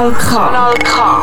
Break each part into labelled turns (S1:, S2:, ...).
S1: Kanal K.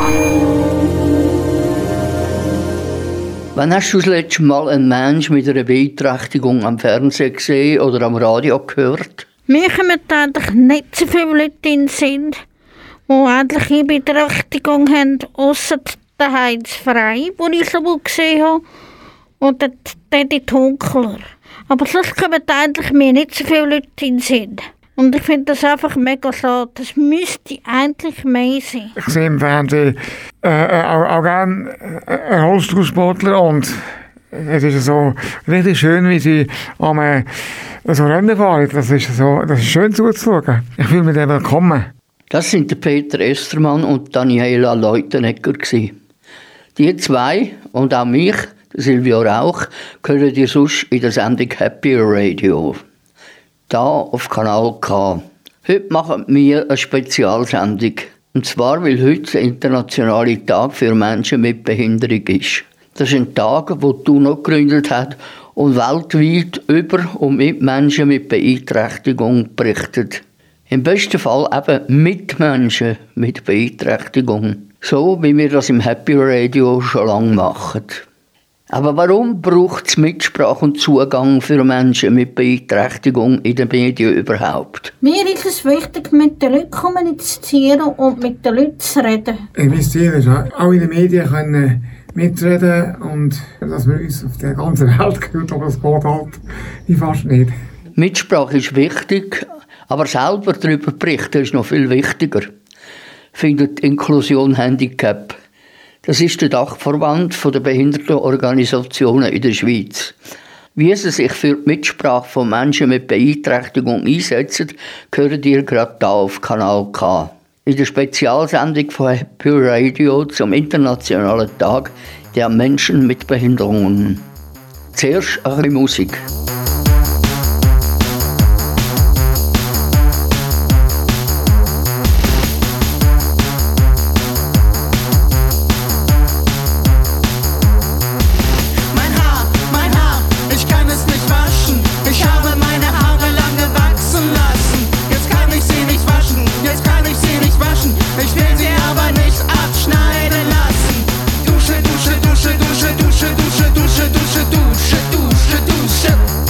S2: Wann hast du das letzte Mal einen Menschen mit einer Beeinträchtigung am Fernsehen gesehen oder am Radio gehört?
S3: Mir kommen eigentlich nicht so viele Leute in den Sinn, die eigentlich eine Beeinträchtigung haben, ausser der Heinz-Frei, den ich so mal gesehen habe, oder der Tunkler. Aber sonst kommen eigentlich mir nicht so viele Leute in den Sinn. Und ich finde das einfach mega schade. Das müsste eigentlich mehr sein.
S4: Ich sehe im Fernsehen auch gerne einen Rollstuhlsportler und es ist so richtig schön, wie sie so Rennen fahren. Das ist schön zuzuschauen. Ich fühle mich dann willkommen.
S2: Das sind der Peter Estermann und Daniela Leutenegger gewesen. Die zwei und auch mich, Silvio Rauch, hören ihr sonst in der Sendung Happy Radio. Da auf Kanal K. Heute machen wir eine Spezialsendung. Und zwar, weil heute der internationale Tag für Menschen mit Behinderung ist. Das ist ein Tag, den die UNO gegründet hat und weltweit über und mit Menschen mit Beeinträchtigung berichtet. Im besten Fall eben mit Menschen mit Beeinträchtigung. So wie wir das im Happy Radio schon lange machen. Aber warum braucht es Mitsprache und Zugang für Menschen mit Beeinträchtigung in den Medien überhaupt?
S3: Mir ist es wichtig, mit den Leuten zu kommunizieren und mit den Leuten zu reden.
S4: Mein Ziel ist auch in den Medien können mitreden und dass wir uns auf der ganzen Welt gehört, aber das geht halt wie fast nicht.
S2: Mitsprache ist wichtig, aber selber darüber berichten ist noch viel wichtiger, findet Inklusion Handicap. Das ist der Dachverband der Behindertenorganisationen in der Schweiz. Wie sie sich für die Mitsprache von Menschen mit Beeinträchtigung einsetzen, hören ihr gerade hier auf Kanal K. In der Spezialsendung von Happy Radio zum Internationalen Tag der Menschen mit Behinderungen. Zuerst ein bisschen Musik.
S5: Dusche, Dusche, Dusche, Dusche, Dusche, Dusche, Dusche, Dusche, Dusche, Dusche.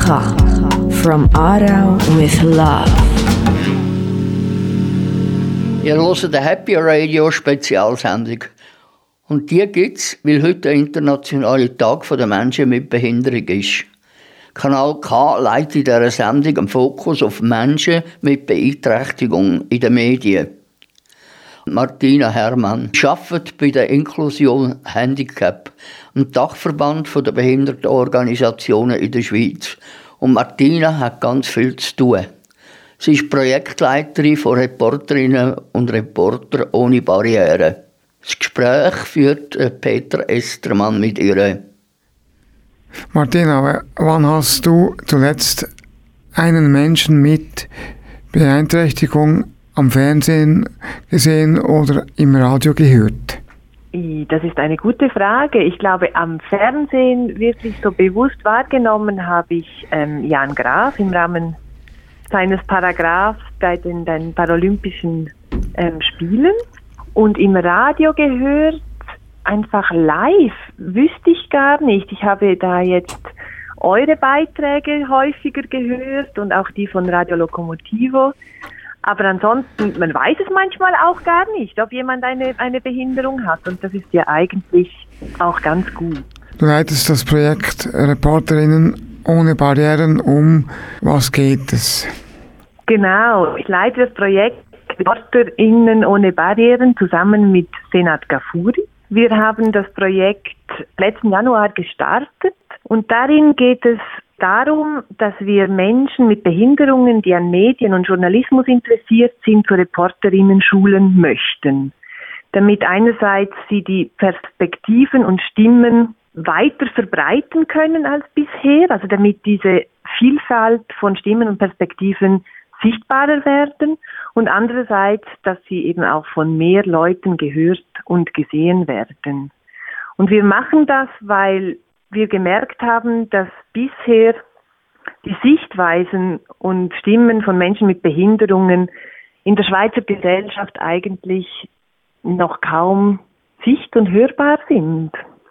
S1: K. From Aarau with Love.
S2: Ihr hört die Happy Radio Spezialsendung. Und die gibt es, weil heute der internationale Tag der Menschen mit Behinderung ist. Kanal K leitet in dieser Sendung den Fokus auf Menschen mit Beeinträchtigung in den Medien. Martina Herrmann arbeitet bei der Inklusion Handicap, einem Dachverband der Behindertenorganisationen in der Schweiz. Und Martina hat ganz viel zu tun. Sie ist Projektleiterin von Reporterinnen und Reportern ohne Barrieren. Das Gespräch führt Peter Estermann mit ihr.
S4: Martina, wann hast du zuletzt einen Menschen mit Beeinträchtigung am Fernsehen gesehen oder im Radio gehört?
S5: Das ist eine gute Frage. Ich glaube, am Fernsehen wirklich so bewusst wahrgenommen habe ich Jan Graf im Rahmen seines Paragraphs bei den Paralympischen Spielen. Und im Radio gehört, einfach live, wüsste ich gar nicht. Ich habe da jetzt eure Beiträge häufiger gehört und auch die von Radio Lokomotivo. Aber ansonsten, man weiß es manchmal auch gar nicht, ob jemand eine Behinderung hat. Und das ist ja eigentlich auch ganz gut.
S4: Du leitest das Projekt Reporterinnen ohne Barrieren. Um was geht es? Genau,
S5: ich leite das Projekt Reporterinnen ohne Barrieren zusammen mit Senat Gafuri. Wir haben das Projekt letzten Januar gestartet und darin geht es darum, dass wir Menschen mit Behinderungen, die an Medien und Journalismus interessiert sind, zu Reporterinnen schulen möchten. Damit einerseits sie die Perspektiven und Stimmen weiter verbreiten können als bisher, also damit diese Vielfalt von Stimmen und Perspektiven sichtbarer werden und andererseits, dass sie eben auch von mehr Leuten gehört und gesehen werden. Und wir machen das, weil wir gemerkt haben, dass bisher die Sichtweisen und Stimmen von Menschen mit Behinderungen in der Schweizer Gesellschaft eigentlich noch kaum sicht- und hörbar sind.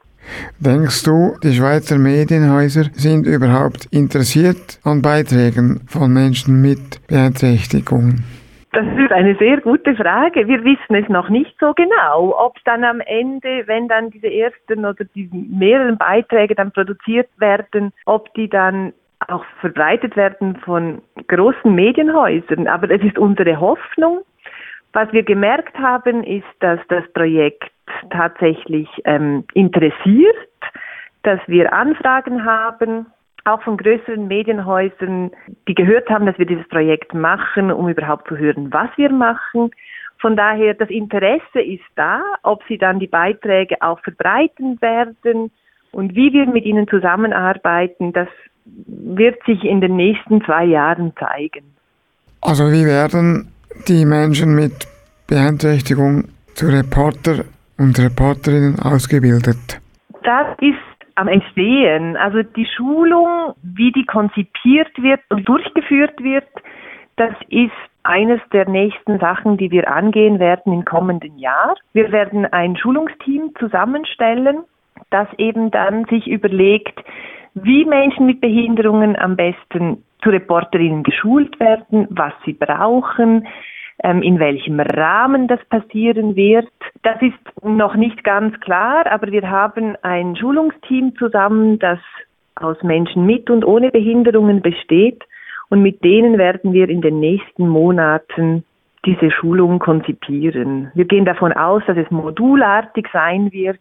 S4: Denkst du, die Schweizer Medienhäuser sind überhaupt interessiert an Beiträgen von Menschen mit Beeinträchtigung?
S5: Das ist eine sehr gute Frage. Wir wissen es noch nicht so genau, ob dann am Ende, wenn dann diese ersten oder die mehreren Beiträge dann produziert werden, ob die dann auch verbreitet werden von großen Medienhäusern. Aber es ist unsere Hoffnung. Was wir gemerkt haben, ist, dass das Projekt tatsächlich interessiert, dass wir Anfragen haben, auch von größeren Medienhäusern, die gehört haben, dass wir dieses Projekt machen, um überhaupt zu hören, was wir machen. Von daher, das Interesse ist da, ob sie dann die Beiträge auch verbreiten werden und wie wir mit ihnen zusammenarbeiten, das wird sich in den nächsten 2 Jahren zeigen.
S4: Also wie werden die Menschen mit Beeinträchtigung zu Reporter und Reporterinnen ausgebildet?
S5: Das ist am Entstehen. Also die Schulung, wie die konzipiert wird und durchgeführt wird, das ist eines der nächsten Sachen, die wir angehen werden im kommenden Jahr. Wir werden ein Schulungsteam zusammenstellen, das eben dann sich überlegt, wie Menschen mit Behinderungen am besten zu Reporterinnen geschult werden, was sie brauchen, in welchem Rahmen das passieren wird. Das ist noch nicht ganz klar, aber wir haben ein Schulungsteam zusammen, das aus Menschen mit und ohne Behinderungen besteht und mit denen werden wir in den nächsten Monaten diese Schulung konzipieren. Wir gehen davon aus, dass es modulartig sein wird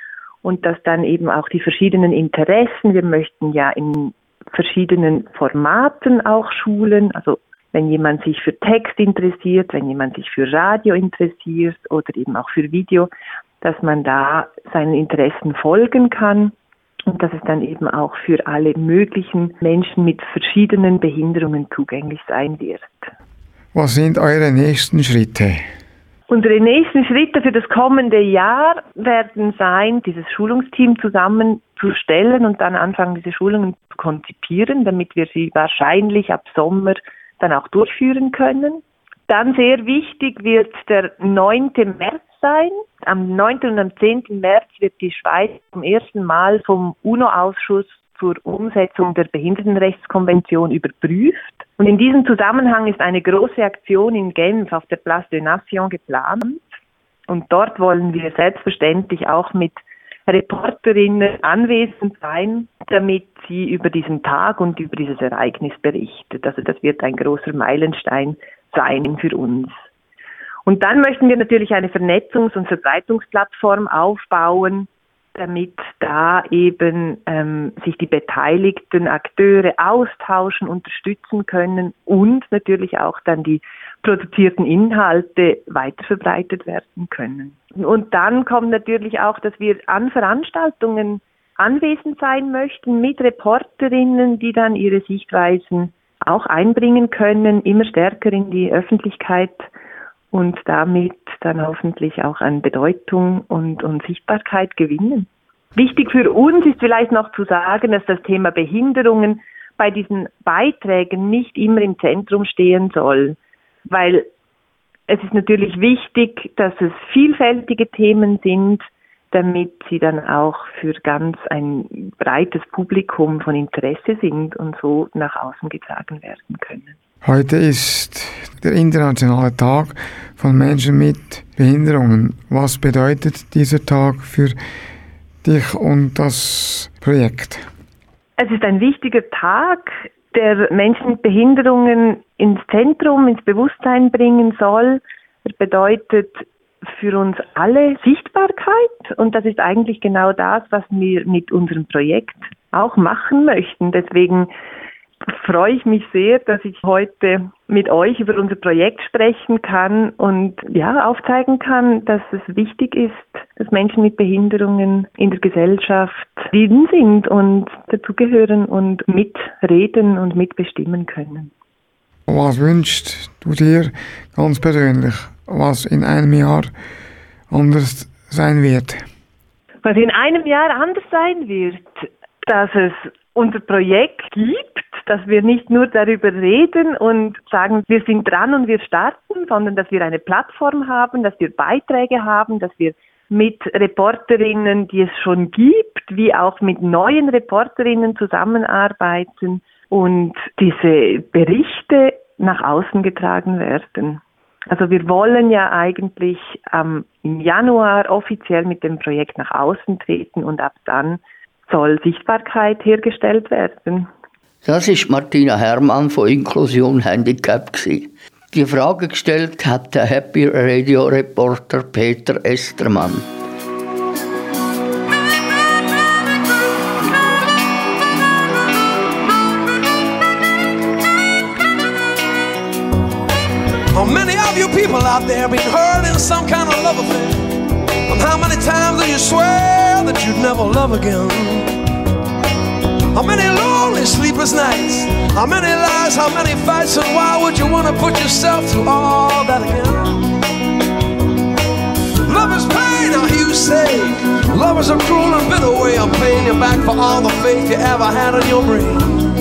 S5: und dass dann eben auch die verschiedenen Interessen, wir möchten ja in verschiedenen Formaten auch schulen, also wenn jemand sich für Text interessiert, wenn jemand sich für Radio interessiert oder eben auch für Video, dass man da seinen Interessen folgen kann und dass es dann eben auch für alle möglichen Menschen mit verschiedenen Behinderungen zugänglich sein wird.
S4: Was sind eure nächsten Schritte?
S5: Unsere nächsten Schritte für das kommende Jahr werden sein, dieses Schulungsteam zusammenzustellen und dann anfangen, diese Schulungen zu konzipieren, damit wir sie wahrscheinlich ab Sommer dann auch durchführen können. Dann sehr wichtig wird der 9. März sein. Am 9. und am 10. März wird die Schweiz zum ersten Mal vom UNO-Ausschuss zur Umsetzung der Behindertenrechtskonvention überprüft. Und in diesem Zusammenhang ist eine große Aktion in Genf auf der Place des Nations geplant. Und dort wollen wir selbstverständlich auch mit Reporterinnen anwesend sein, damit sie über diesen Tag und über dieses Ereignis berichtet. Also das wird ein großer Meilenstein sein für uns. Und dann möchten wir natürlich eine Vernetzungs- und Verbreitungsplattform aufbauen, damit da eben sich die beteiligten Akteure austauschen, unterstützen können und natürlich auch dann die produzierten Inhalte weiterverbreitet werden können. Und dann kommt natürlich auch, dass wir an Veranstaltungen anwesend sein möchten mit Reporterinnen, die dann ihre Sichtweisen auch einbringen können, immer stärker in die Öffentlichkeit und damit dann hoffentlich auch an Bedeutung und Sichtbarkeit gewinnen. Wichtig für uns ist vielleicht noch zu sagen, dass das Thema Behinderungen bei diesen Beiträgen nicht immer im Zentrum stehen soll, weil es ist natürlich wichtig, dass es vielfältige Themen sind, damit sie dann auch für ganz ein breites Publikum von Interesse sind und so nach außen getragen werden können.
S4: Heute ist der internationale Tag von Menschen mit Behinderungen. Was bedeutet dieser Tag für dich und das Projekt?
S5: Es ist ein wichtiger Tag, der Menschen mit Behinderungen ins Zentrum, ins Bewusstsein bringen soll. Er bedeutet für uns alle Sichtbarkeit und das ist eigentlich genau das, was wir mit unserem Projekt auch machen möchten. Deswegen freue ich mich sehr, dass ich heute mit euch über unser Projekt sprechen kann und aufzeigen kann, dass es wichtig ist, dass Menschen mit Behinderungen in der Gesellschaft Frieden sind und dazugehören und mitreden und mitbestimmen können.
S4: Was wünschst du dir ganz persönlich, was in einem Jahr anders sein wird?
S5: Was in einem Jahr anders sein wird, dass es unser Projekt gibt, dass wir nicht nur darüber reden und sagen, wir sind dran und wir starten, sondern dass wir eine Plattform haben, dass wir Beiträge haben, dass wir mit Reporterinnen, die es schon gibt, wie auch mit neuen Reporterinnen zusammenarbeiten und diese Berichte nach außen getragen werden. Also wir wollen ja eigentlich im Januar offiziell mit dem Projekt nach außen treten und ab dann soll Sichtbarkeit hergestellt werden.
S2: Das ist Martina Herrmann von Inklusion Handicap gewesen. Die Frage gestellt hat der Happy Radio Reporter Peter Estermann.
S6: How many of you people out there been hurt in some kind of love affair? And how many times do you swear that you'd never love again? How many lonely sleepless nights? How many lies? How many fights? And why would you want to put yourself through all that again? Love is pain, now you say. Love is a cruel and bitter way of paying you back for all the faith you ever had in your brain.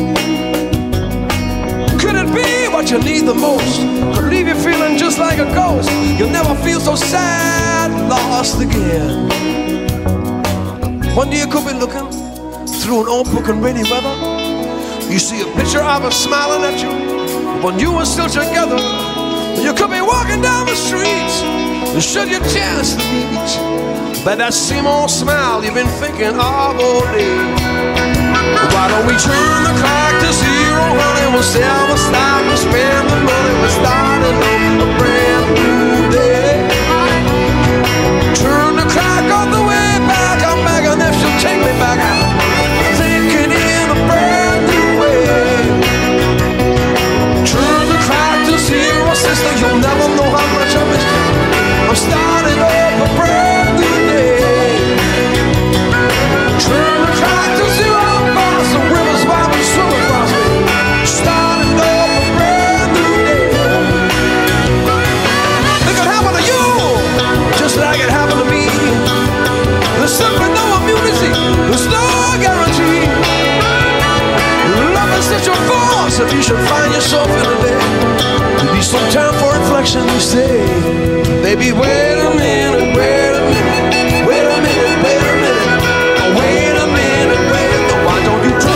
S6: Could it be what you need the most? Could leave you feeling just like a ghost. You'll never feel so sad, lost again. One day you could be looking through an old book and rainy weather. You see a picture of her smiling at you when you were still together. You could be walking down the street, and should you chance to meet, by that same old smile you've been thinking of all day. Why don't we turn the clock to zero, honey? We'll sell the stock and spend the money. We're starting on a brand new day. Turn the clock all the way back. I'm begging if she'll take me back out. Thinking in a brand new way. Turn the clock to zero, sister. You'll never know how much I miss you. I'm starting up a brand new day. Turn the clock to zero. The rivers while we swim across me. Starting up a brand new day. It could happen to you, just like it happened to me. There's simply no immunity, there's no guarantee. Love is such a force if you should find yourself in a day. There'll be some time for reflection, you say. Baby, wait a minute, wait a minute, wait a minute, wait a minute, wait a minute, wait a minute. Why don't you try?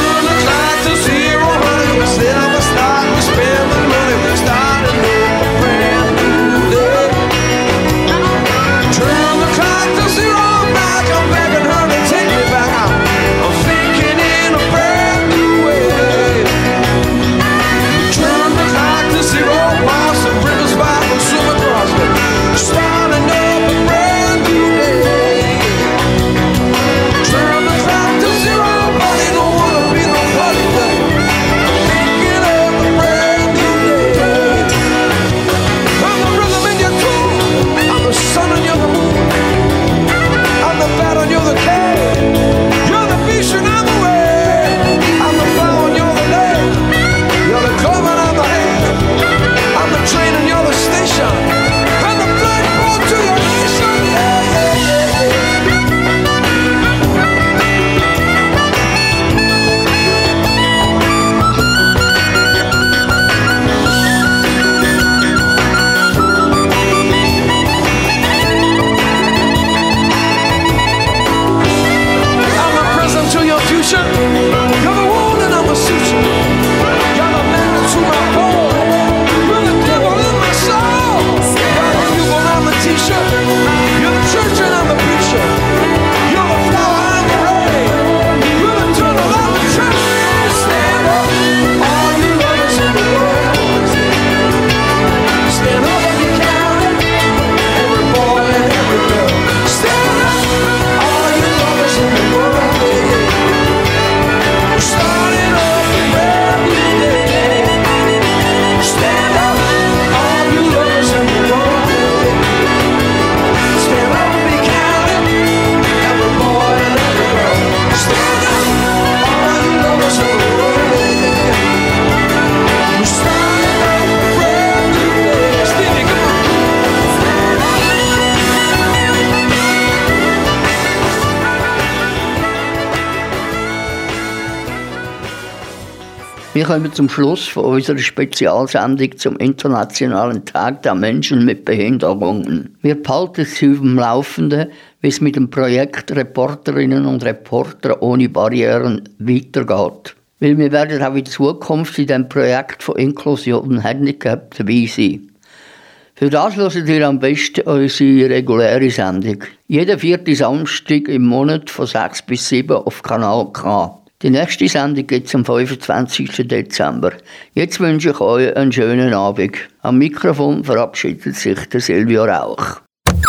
S2: Wir kommen zum Schluss von unserer Spezialsendung zum Internationalen Tag der Menschen mit Behinderungen. Wir behalten Sie auf dem Laufenden, wie es mit dem Projekt Reporterinnen und Reporter ohne Barrieren weitergeht. Weil wir werden auch in Zukunft in diesem Projekt von Inklusion und Handicap dabei sein. Für das hört ihr am besten unsere reguläre Sendung. Jeden 4. Samstag im Monat von 6 bis 7 auf Kanal K. Die nächste Sendung gibt es am 25. Dezember. Jetzt wünsche ich euch einen schönen Abend. Am Mikrofon verabschiedet sich der Silvio Rauch.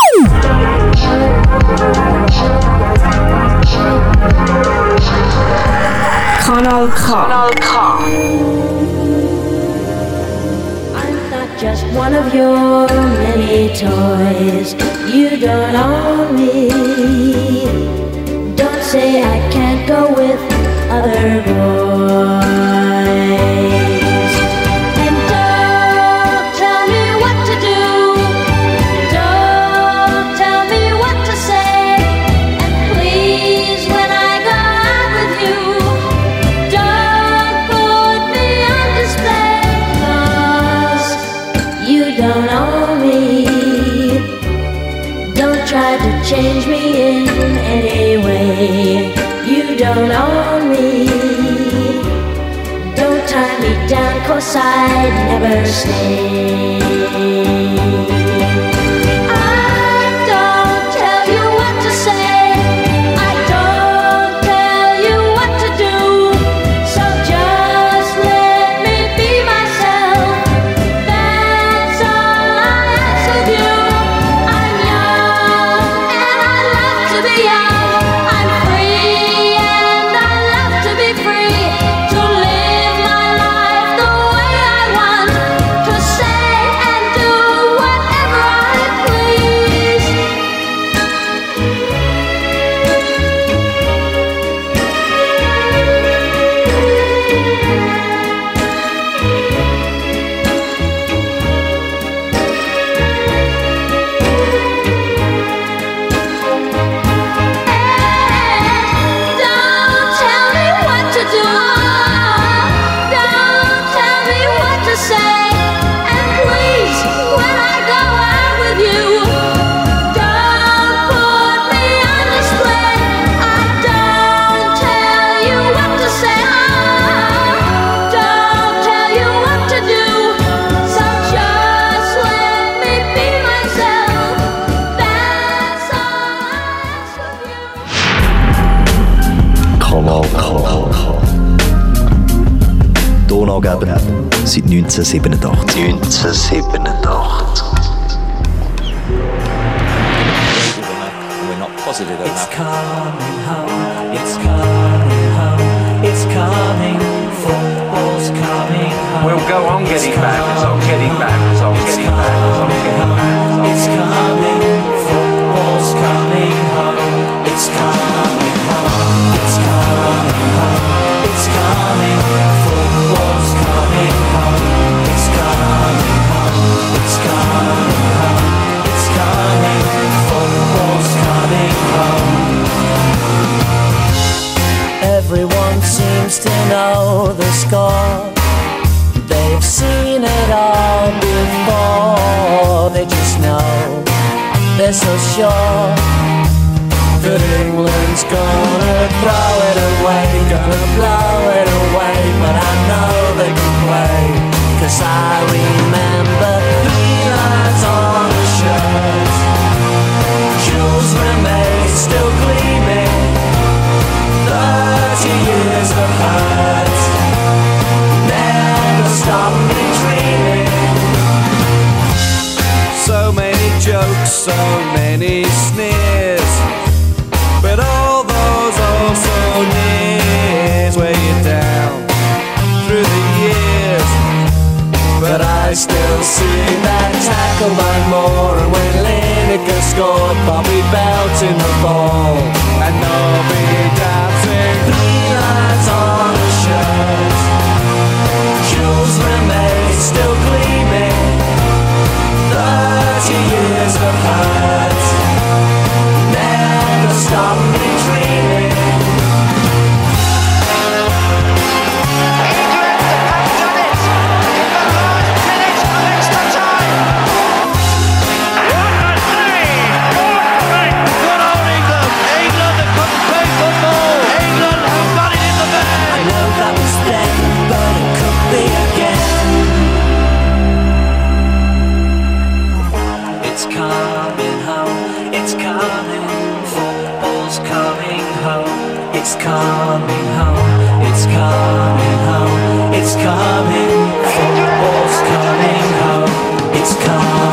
S1: Kanal K.
S7: I'm not just one of your many toys. You don't own me. Don't say I can't go with other boys. And don't tell me what to do. Don't tell me what to say. And please, when I go out with you, don't put me on display, 'cause you don't own me. Don't try to change me in any way. You don't own me. Don't tie me down, 'cause I'd never stay. I don't tell you what to say. I don't tell you what to do. So just let me be myself. That's all I ask of you. I'm young and I love to be young. I'm free and I love to be free. To live my life the way I want. To say and do whatever I please. Don't tell me what to do. Don't tell me what to say. And please, when I go out with you, don't put me on display. I don't tell you what to say. Don't tell you what to do. So just let me be myself. That's all I ask of you.
S8: Kanal K. Donaugeber seit 1987.
S9: We're not positive enough.
S10: It's coming home, it's coming home, it's coming, football's coming home.
S11: We'll go on getting back, as I'm getting back, as I'm getting back, as I'm getting back.
S10: It's coming, football's coming home, it's coming home, it's coming home, it's coming, football's coming home, it's coming home, it's coming home, it's coming, football's coming home. Everyone seems to know the score. They've seen it all before. They just know, they're so sure that England's gonna throw it away, gonna blow it away. But I know they can play, 'cause I remember 3 lines on the shirt. Jules Rimet still gleaming, 30 years of hurt never stop me dreaming.
S6: So many jokes, so many sneers, but all those also nears weigh you down through the years.
S10: But I still see that tackle by Moore, and when Lineker scored, Bobby belting the ball,
S6: And Nobby dancing
S10: 3 lines on a shirt. Jules Rimet still gleaming, 30 years of hurt never stop me dreaming.
S12: It's
S10: it's coming home, it's coming. Football's coming home, it's coming home, it's coming home, it's coming. Football's coming home, it's coming.